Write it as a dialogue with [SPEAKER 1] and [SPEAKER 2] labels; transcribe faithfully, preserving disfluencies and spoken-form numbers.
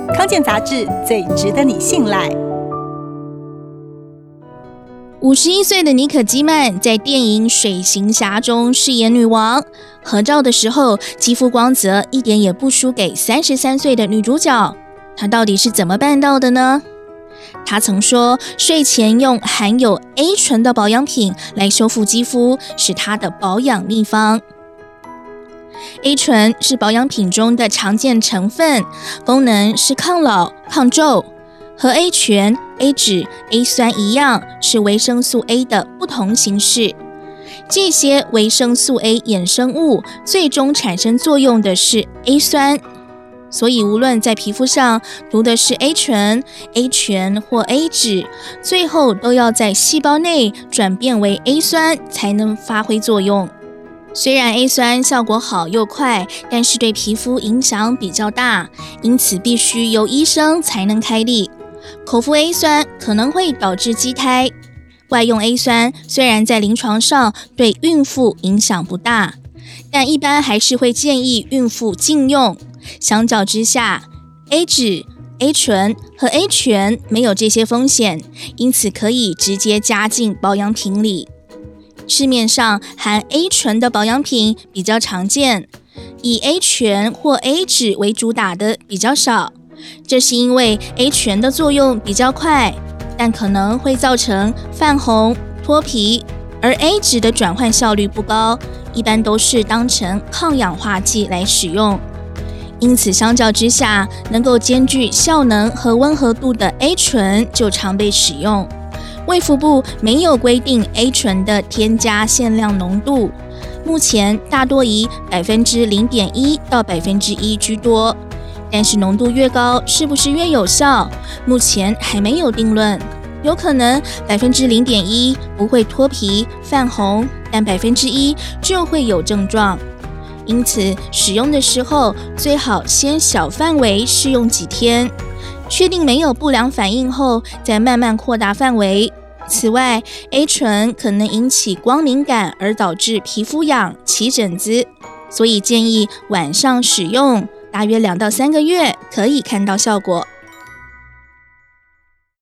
[SPEAKER 1] 康健杂志最值得你信赖。
[SPEAKER 2] 五十一岁的妮可基曼在电影《水行侠》中饰演女王，合照的时候肌肤光泽一点也不输给三十三岁的女主角。她到底是怎么办到的呢？她曾说，睡前用含有 A 醇的保养品来修复肌肤是她的保养秘方。A 醇是保养品中的常见成分，功能是抗老、抗皱。和 A 醛、A 酯、A 酸一样，是维生素 A 的不同形式。这些维生素 A 衍生物最终产生作用的是 A 酸，所以无论在皮肤上涂的是 A 醇、A 醛或 A 酯，最后都要在细胞内转变为 A 酸才能发挥作用。虽然 A 酸效果好又快，但是对皮肤影响比较大，因此必须由医生才能开立。口服 A 酸可能会导致畸胎。外用 A 酸虽然在临床上对孕妇影响不大，但一般还是会建议孕妇禁用。相较之下 ，A 酯、A 醇和 A 醛没有这些风险，因此可以直接加进保养品里。市面上含 A 醇的保养品比较常见，以 A 醛或 A 酯为主打的比较少。这是因为 A 醛的作用比较快，但可能会造成泛红、脱皮，而 A 酯的转换效率不高，一般都是当成抗氧化剂来使用。因此相较之下，能够兼具效能和温和度的 A 醇就常被使用。卫福部没有规定 A 醇的添加限量浓度，目前大多以 百分之零点一 到 百分之一 居多。但是浓度越高，是不是越有效？目前还没有定论。有可能 百分之零点一 不会脱皮、泛红，但 百分之一 就会有症状。因此，使用的时候最好先小范围试用几天，确定没有不良反应后，再慢慢扩大范围。此外 ，A 醇可能引起光敏感，而导致皮肤痒、起疹子，所以建议晚上使用。大约两到三个月可以看到效果。